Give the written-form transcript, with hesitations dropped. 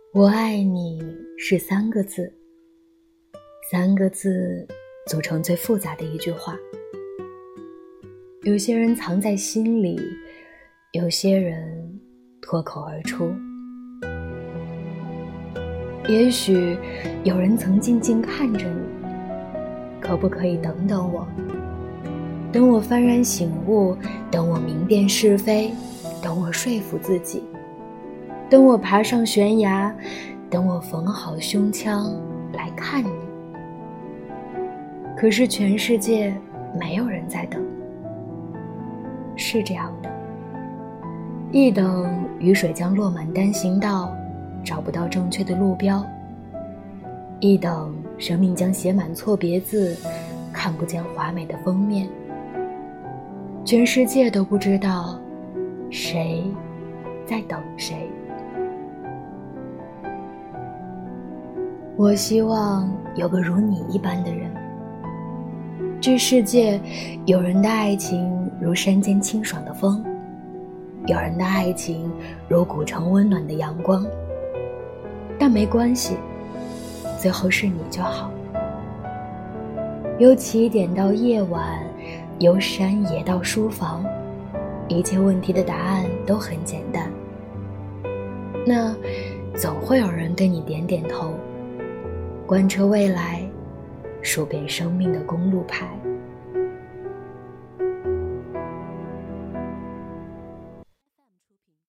我爱你是3个字，3个字组成最复杂的一句话。有些人藏在心里，有些人脱口而出。也许有人曾静静看着你，可不可以等等我？等我幡然醒悟，等我明辨是非，等我说服自己，等我爬上悬崖，等我缝好胸腔来看你。可是全世界没有人在等。是这样的，一等雨水将落满单行道，找不到正确的路标；一等生命将写满错别字，看不见华美的封面。全世界都不知道谁在等谁。我希望有个如你一般的人。这世界有人的爱情如山间清爽的风，有人的爱情如古城温暖的阳光，但没关系，最后是你就好。由起点到夜晚，由山野到书房，一切问题的答案都很简单。那总会有人对你点点头，贯彻未来，数遍生命的公路牌。